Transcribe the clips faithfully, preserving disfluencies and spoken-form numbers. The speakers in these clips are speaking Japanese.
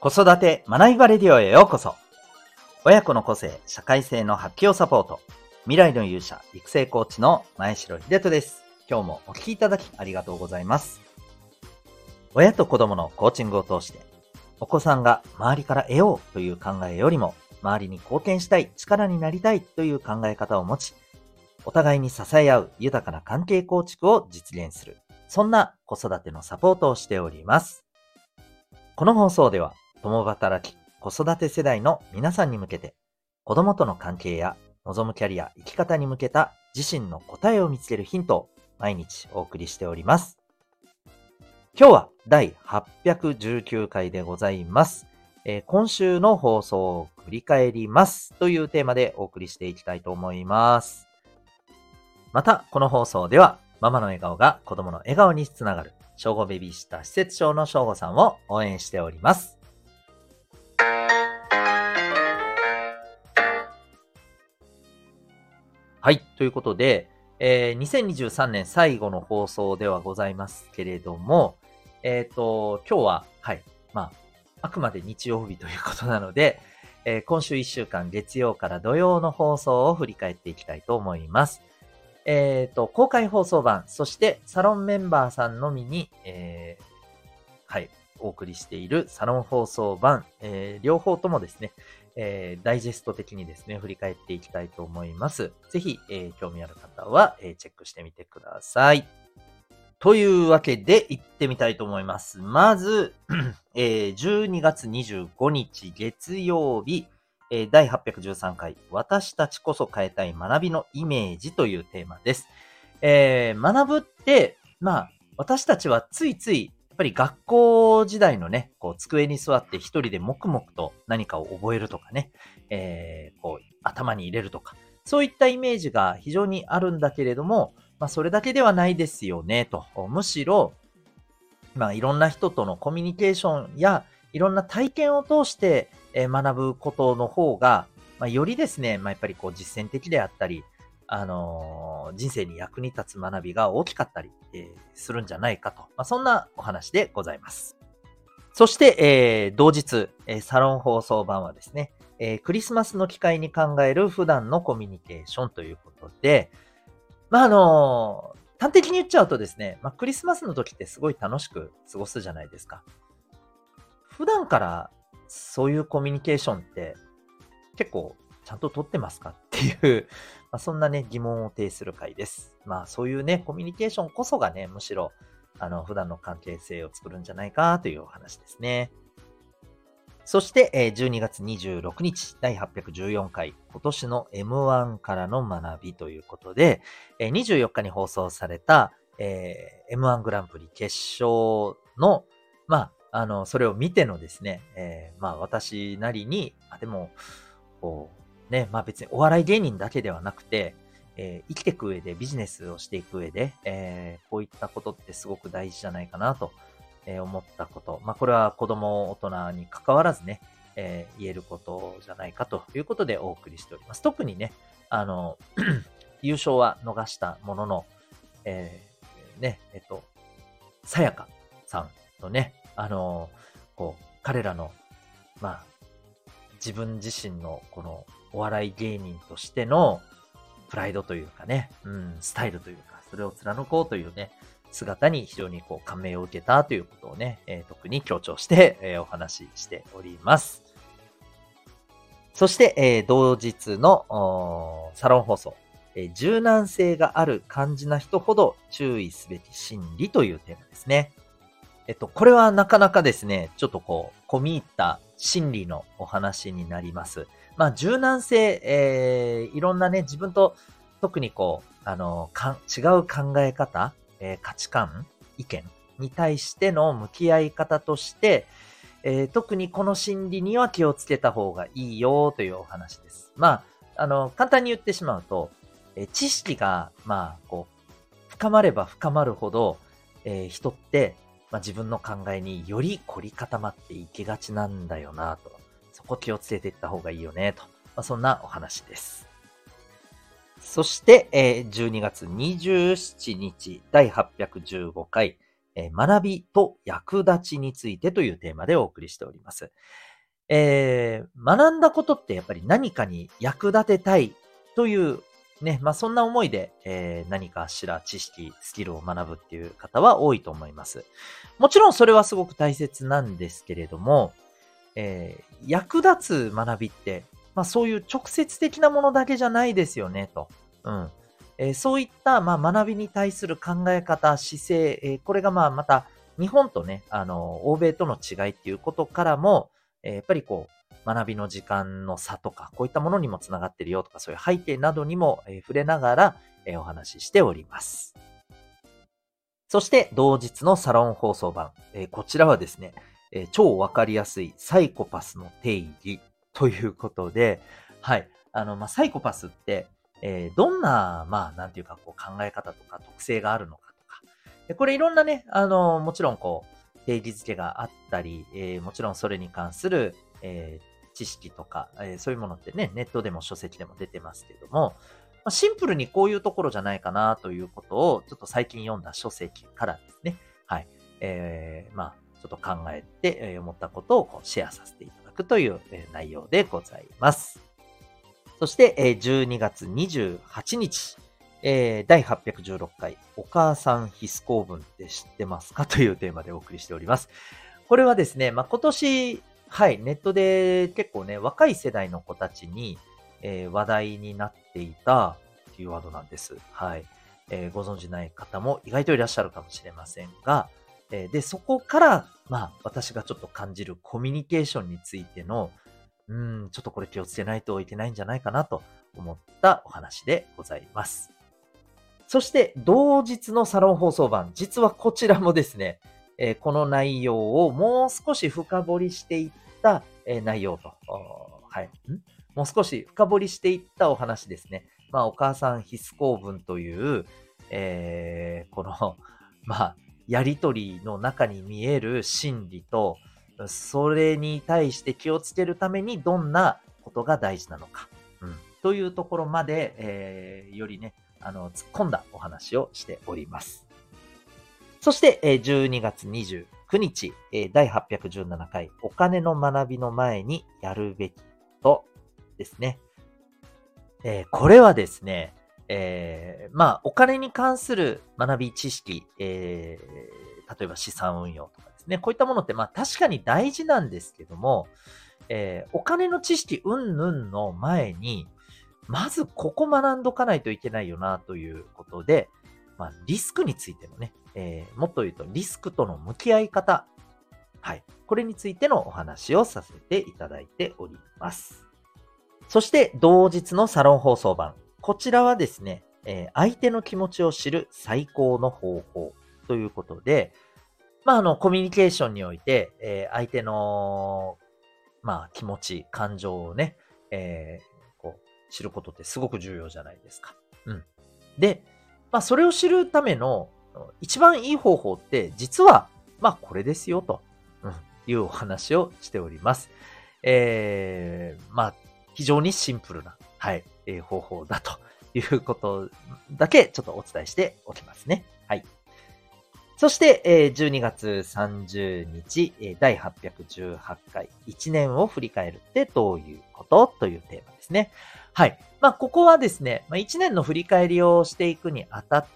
子育て学びバレディオへようこそ。親子の個性、社会性の発揮をサポート。未来の勇者、育成コーチの前城秀人です。今日もお聞きいただきありがとうございます。親と子供のコーチングを通して、お子さんが周りから得ようという考えよりも、周りに貢献したい、力になりたいという考え方を持ち、お互いに支え合う豊かな関係構築を実現する。そんな子育てのサポートをしております。この放送では、共働き、子育て世代の皆さんに向けて、子供との関係や望むキャリア、生き方に向けた自身の答えを見つけるヒントを毎日お送りしております。今日はだいはっぴゃくじゅうきゅうかいでございます。えー、今週の放送を振り返りますというテーマでお送りしていきたいと思います。また、この放送では、ママの笑顔が子供の笑顔につながる、小5ベビーシッター施設長の小5さんを応援しております。はい。ということで、えー、にせんにじゅうさんねん最後の放送ではございますけれども、えっと、今日は、はい。まあ、あくまで日曜日ということなので、えー、今週いっしゅうかん月曜から土曜の放送を振り返っていきたいと思います。えっと、公開放送版、そしてサロンメンバーさんのみに、えー、はい、お送りしているサロン放送版、えー、両方ともですね、えー、ダイジェスト的にですね、振り返っていきたいと思います。ぜひ、えー、興味ある方は、えー、チェックしてみてください。というわけで、行ってみたいと思います。まず、えー、じゅうにがつにじゅうごにち月曜日、えー、だいはっぴゃくじゅうさんかい、私たちこそ変えたい学びのイメージというテーマです。えー、学ぶって、まあ、私たちはついつい、やっぱり学校時代のね、こう机に座って一人で黙々と何かを覚えるとかね、えー、こう頭に入れるとか、そういったイメージが非常にあるんだけれども、まあそれだけではないですよね、と。むしろ、まあいろんな人とのコミュニケーションや、いろんな体験を通してえー学ぶことの方が、まあよりですね、まあやっぱりこう実践的であったり、あのー人生に役に立つ学びが大きかったり、えーするんじゃないかと。まあそんなお話でございます。そして、えー同日、えーサロン放送版はですね、えークリスマスの機会に考える普段のコミュニケーションということで、まあ、あのー端的に言っちゃうとですね、まあ、クリスマスの時ってすごい楽しく過ごすじゃないですか。普段からそういうコミュニケーションって結構ちゃんと取ってますかっていう、まあ、そんなね、疑問を呈する回です。まあそういうね、コミュニケーションこそがね、むしろ、あの、普段の関係性を作るんじゃないかというお話ですね。そして、えーじゅうにがつにじゅうろくにち、だいはっぴゃくじゅうよんかい、今年の エムワン からの学びということで、えーにじゅうよっかに放送された、えー エムワン グランプリ決勝の、まあ、あの、それを見てのですね、えーまあ、私なりに、あ、でも、こう、ね、まあ別にお笑い芸人だけではなくて、えー生きていく上で、ビジネスをしていく上で、えーこういったことってすごく大事じゃないかなとえー思ったこと。まあ、これは子供、大人に関わらずね、えー言えることじゃないかということでお送りしております。特にね、あの、優勝は逃したものの、えーね、えっと、さやかさんのね、あの、こう、彼らの、まあ、自分自身のこのお笑い芸人としてのプライドというかね、うん、スタイルというか、それを貫こうというね、姿に非常にこう感銘を受けたということをね、えー特に強調して、えーお話ししております。そして、えー同日のおーサロン放送、えー柔軟性がある肝心な人ほど注意すべき心理というテーマですね。えっと、これはなかなかですね、ちょっとこう、込み入った心理のお話になります。まあ、柔軟性、えーいろんなね、自分と特にこう、あの、か違う考え方、えー価値観、意見に対しての向き合い方として、えー特にこの心理には気をつけた方がいいよというお話です。まあ、あの、簡単に言ってしまうと、えー知識が、まあ、こう、深まれば深まるほど、えー人って、まあ、自分の考えにより凝り固まっていきがちなんだよなと。そこ気をつけていった方がいいよねと。まあ、そんなお話です。そして、えーじゅうにがつにじゅうしちにち、だいはっぴゃくじゅうごかい、 えー学びと役立ちについてというテーマでお送りしております。えー学んだことってやっぱり何かに役立てたいというね、まあそんな思いで、えー何かしら知識、スキルを学ぶっていう方は多いと思います。もちろんそれはすごく大切なんですけれども、えー役立つ学びって、まあそういう直接的なものだけじゃないですよね、と。うん。えーそういった、まあ、学びに対する考え方、姿勢、えーこれがまあまた日本とね、あの、欧米との違いっていうことからも、えーやっぱりこう、学びの時間の差とか、こういったものにもつながってるよとか、そういう背景などにも、えー触れながら、えーお話ししております。そして同日のサロン放送版、えーこちらはですね、えー超わかりやすいサイコパスの定義ということで、はい。あの、まあ、サイコパスって、えーどんな、まあ、なんていうか、こう考え方とか特性があるのかとか、でこれいろんなね、あの、もちろんこう、定義づけがあったり、えーもちろんそれに関する、えー知識とか、えーそういうものってね、ネットでも書籍でも出てますけども、まあ、シンプルにこういうところじゃないかなということを、ちょっと最近読んだ書籍からですね、はい。えー、まあ、ちょっと考えて、えー思ったことをこうシェアさせていただくという、えー内容でございます。そして、えーじゅうにがつにじゅうはちにち、えーだいはっぴゃくじゅうろっかい、お母さん必須公文って知ってますかというテーマでお送りしております。これはですね、まあ、今年、はい、ネットで結構ね、若い世代の子たちに、えー話題になっていたキーワードなんです。はい。えーご存知ない方も意外といらっしゃるかもしれませんが、えーで、そこから、まあ、私がちょっと感じるコミュニケーションについての、うーん、ちょっとこれ気をつけないといけないんじゃないかなと思ったお話でございます。そして同日のサロン放送版、実はこちらもですね、えーこの内容をもう少し深掘りしていった、えー内容と、おはい、んもう少し深掘りしていったお話ですね。まあ、お母さん必須公文という、えーこの、まあ、やりとりの中に見える心理と、それに対して気をつけるためにどんなことが大事なのか、うん、というところまで、えーよりね、あの、突っ込んだお話をしております。そして、えーじゅうにがつにじゅうくにち、えーだいはっぴゃくじゅうななかい、お金の学びの前にやるべきことですね。えーこれはですね、えーまあ、お金に関する学び知識、えー例えば資産運用とかですね、こういったものって、まあ、確かに大事なんですけども、えーお金の知識云々の前に、まずここ学んどかないといけないよなということで、まあ、リスクについてのね、えーもっと言うとリスクとの向き合い方、はい。これについてのお話をさせていただいております。そして同日のサロン放送版。こちらはですね、えー相手の気持ちを知る最高の方法ということで、まあ、あの、コミュニケーションにおいて、えー相手の、まあ、気持ち、感情をね、えーこう、知ることってすごく重要じゃないですか。うん。で、まあ、それを知るための一番いい方法って、実は、まあ、これですよ、と、うん、いうお話をしております。えー、まあ、非常にシンプルな、はい、えー方法だということだけちょっとお伝えしておきますね。はい。そして、えーじゅうにがつさんじゅうにち、えーだいはっぴゃくじゅうはちかい、いちねんを振り返るってどういうことというテーマですね。はい。まあ、ここはですね、まあ、いちねんの振り返りをしていくにあたって、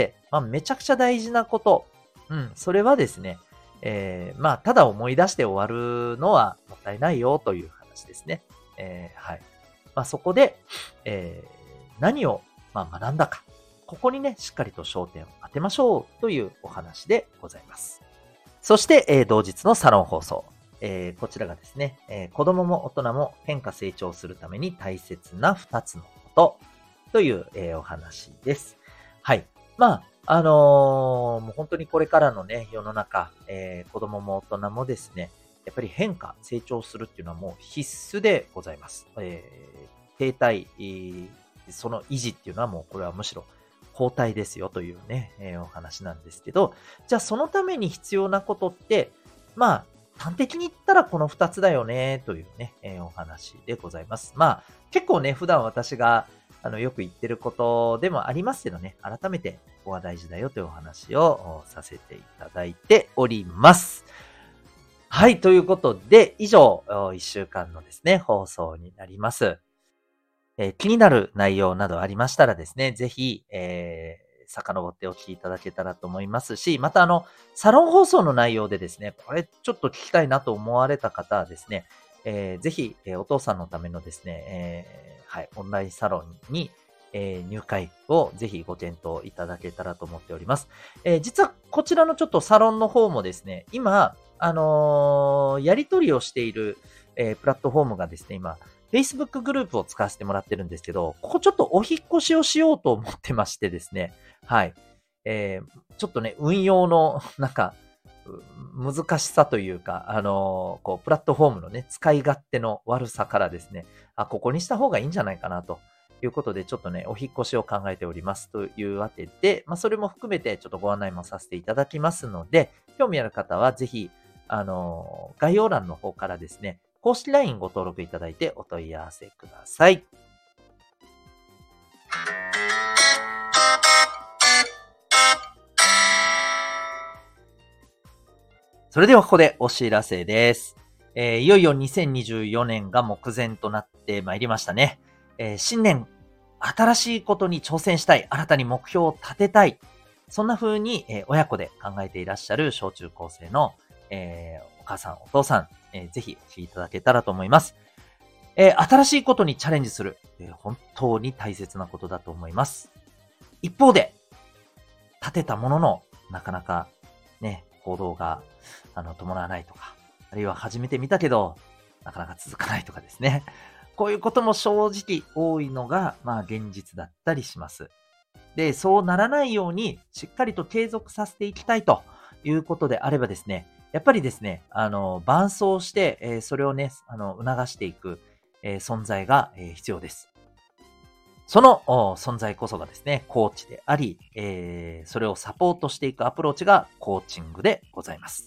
まあ、めちゃくちゃ大事なこと。うん、それはですね、えーまあ、ただ思い出して終わるのはもったいないよという話ですね。えーはい。まあ、そこで、えー何を、まあ、学んだか。ここにね、しっかりと焦点を当てましょうというお話でございます。そして、えー同日のサロン放送。えーこちらがですね、えー子供も大人も変化成長するために大切なふたつのことという、えーお話です。はい。まあ、あのーもう本当にこれからのね、世の中、えー子供も大人もですね、やっぱり変化、成長するっていうのはもう必須でございます。えー停滞、えーその維持っていうのはもうこれはむしろ後退ですよというね、えーお話なんですけど、じゃあそのために必要なことって、まあ、端的に言ったらこのふたつだよね、というね、えーお話でございます。まあ、結構ね、普段私が、 あの、よく言ってることでもありますけどね、改めてここが大事だよというお話をさせていただいております。はい、ということで、以上、いっしゅうかんのですね、放送になります。えー、気になる内容などありましたらですね、ぜひ、えー、遡ってお聞きいただけたらと思いますし、またあの、サロン放送の内容でですね、これちょっと聞きたいなと思われた方はですね、えー、ぜひ、えー、お父さんのためのですね、えー、はい、オンラインサロンに、えー、入会をぜひご検討いただけたらと思っております。えー、実はこちらのちょっとサロンの方もですね、今、あのーやり取りをしている、えープラットフォームがですね、今、Facebook グループを使わせてもらってるんですけど、ここちょっとお引っ越しをしようと思ってましてですね。はい。えー、ちょっとね、運用の、なんか、う難しさというか、あのーこう、プラットフォームのね、使い勝手の悪さからですね、あ、ここにした方がいいんじゃないかなということで、ちょっとね、お引っ越しを考えておりますというわけで、まあ、それも含めてちょっとご案内もさせていただきますので、興味ある方はぜひ、あのー概要欄の方からですね、公式 ライン ご登録いただいてお問い合わせください。それではここでお知らせです。えーいよいよにせんにじゅうよねんが目前となってまいりましたね。えー新年、新しいことに挑戦したい、新たに目標を立てたい、そんな風に、えー親子で考えていらっしゃる小中高生の、えーお母さん、お父さん、えーぜひお聞きいただけたらと思います。えー新しいことにチャレンジする、えー本当に大切なことだと思います。一方で、立てたものの、なかなかね、行動が、あの、伴わないとか、あるいは始めてみたけど、なかなか続かないとかですね。こういうことも正直多いのが、まあ現実だったりします。で、そうならないように、しっかりと継続させていきたいということであればですね、やっぱりですね、あの、伴走して、えーそれをね、あの、促していく、えー存在が、えー必要です。そのお存在こそがですね、コーチであり、えーそれをサポートしていくアプローチがコーチングでございます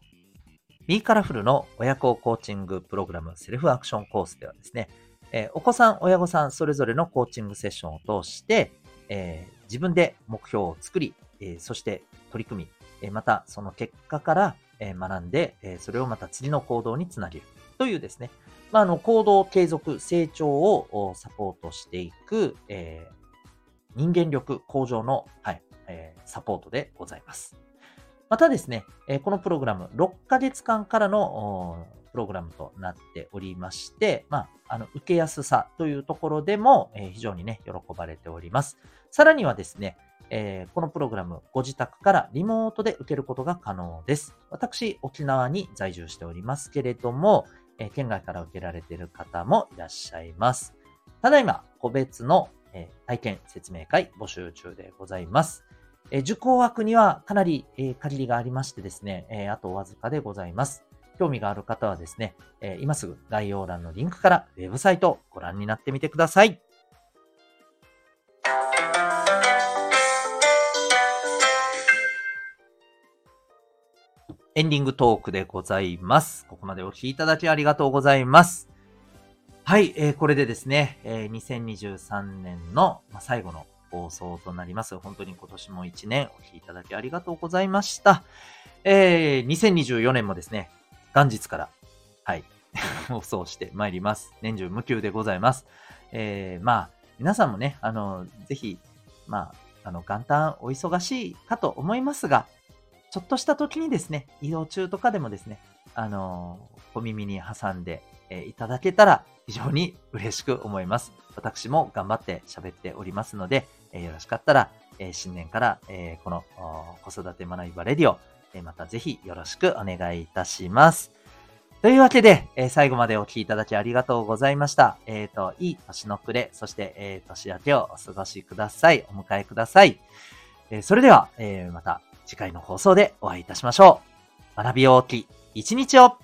。B カラフルの親子コーチングプログラムセルフアクションコースではですね、えーお子さん、親御さんそれぞれのコーチングセッションを通して、えー自分で目標を作り、えーそして取り組み、えーまたその結果から、えー学んで、えーそれをまた次の行動につなげるというですね、まあ、あの行動継続、成長をおサポートしていく、えー人間力向上の、はい、えーサポートでございます。またですね、えーこのプログラム、ろっかげつかんからのおプログラムとなっておりまして、まあ、あの、受けやすさというところでも、えー非常にね、喜ばれております。さらにはですね、えーこのプログラム、ご自宅からリモートで受けることが可能です。私、沖縄に在住しておりますけれども、えー県外から受けられている方もいらっしゃいます。ただいま、個別の、えー体験説明会募集中でございます。えー受講枠にはかなり、えー限りがありましてですね、えーあとわずかでございます。興味がある方はですね、えー今すぐ概要欄のリンクからウェブサイトをご覧になってみてください。エンディングトークでございます。ここまでお聞きいただきありがとうございます。はい、えーこれでですね、えーにせんにじゅうさんねんの、まあ、最後の放送となります。本当に今年もいちねんお聞きいただきありがとうございました。えーにせんにじゅうよねんもですね、元日から、はい、放送してまいります。年中無休でございます。えーまあ、皆さんもね、あの、ぜひ、まあ、あの、元旦お忙しいかと思いますが、ちょっとした時にですね、移動中とかでもですね、あのー小耳に挟んで、えーいただけたら非常に嬉しく思います。私も頑張って喋っておりますので、えーよろしかったら、えー新年から、えーこのお子育て学び場レディオ、えーまたぜひよろしくお願いいたします。というわけで、えー最後までお聞きいただきありがとうございました。えっ、と、いい年の暮れ、そして、えー年明けをお過ごしください。お迎えください。えーそれでは、えーまた次回の放送でお会いいたしましょう。学び大きい一日を